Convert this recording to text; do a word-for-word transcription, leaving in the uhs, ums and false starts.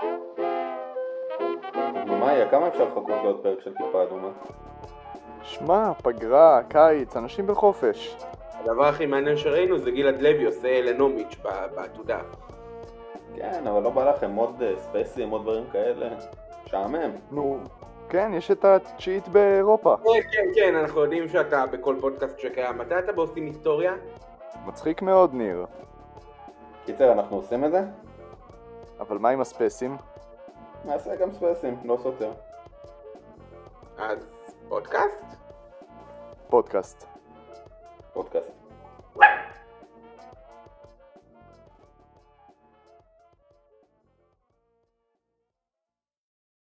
מאיה, כמה אפשר לחכות לעוד פרק של כיפה אדומה? שמע, פגרה, קיץ, אנשים בחופש. הדבר הכי מעניין שראינו זה גלעד לוי עושה לנומיץ' בעתודה. כן, אבל לא בא לכם עוד ספייסים, עוד דברים כאלה? שעמם. נו, כן, יש את התשיעית באירופה. כן, כן, כן, אנחנו יודעים שאתה בכל פודקאסט שקיים. מתי אתה בעושים היסטוריה? מצחיק מאוד, ניר. קיצר, אנחנו עושים את זה? אבל מה עם הספייסים? נעשה גם ספייסים, לא סותר. אז פודקאסט? פודקאסט. פודקאסט.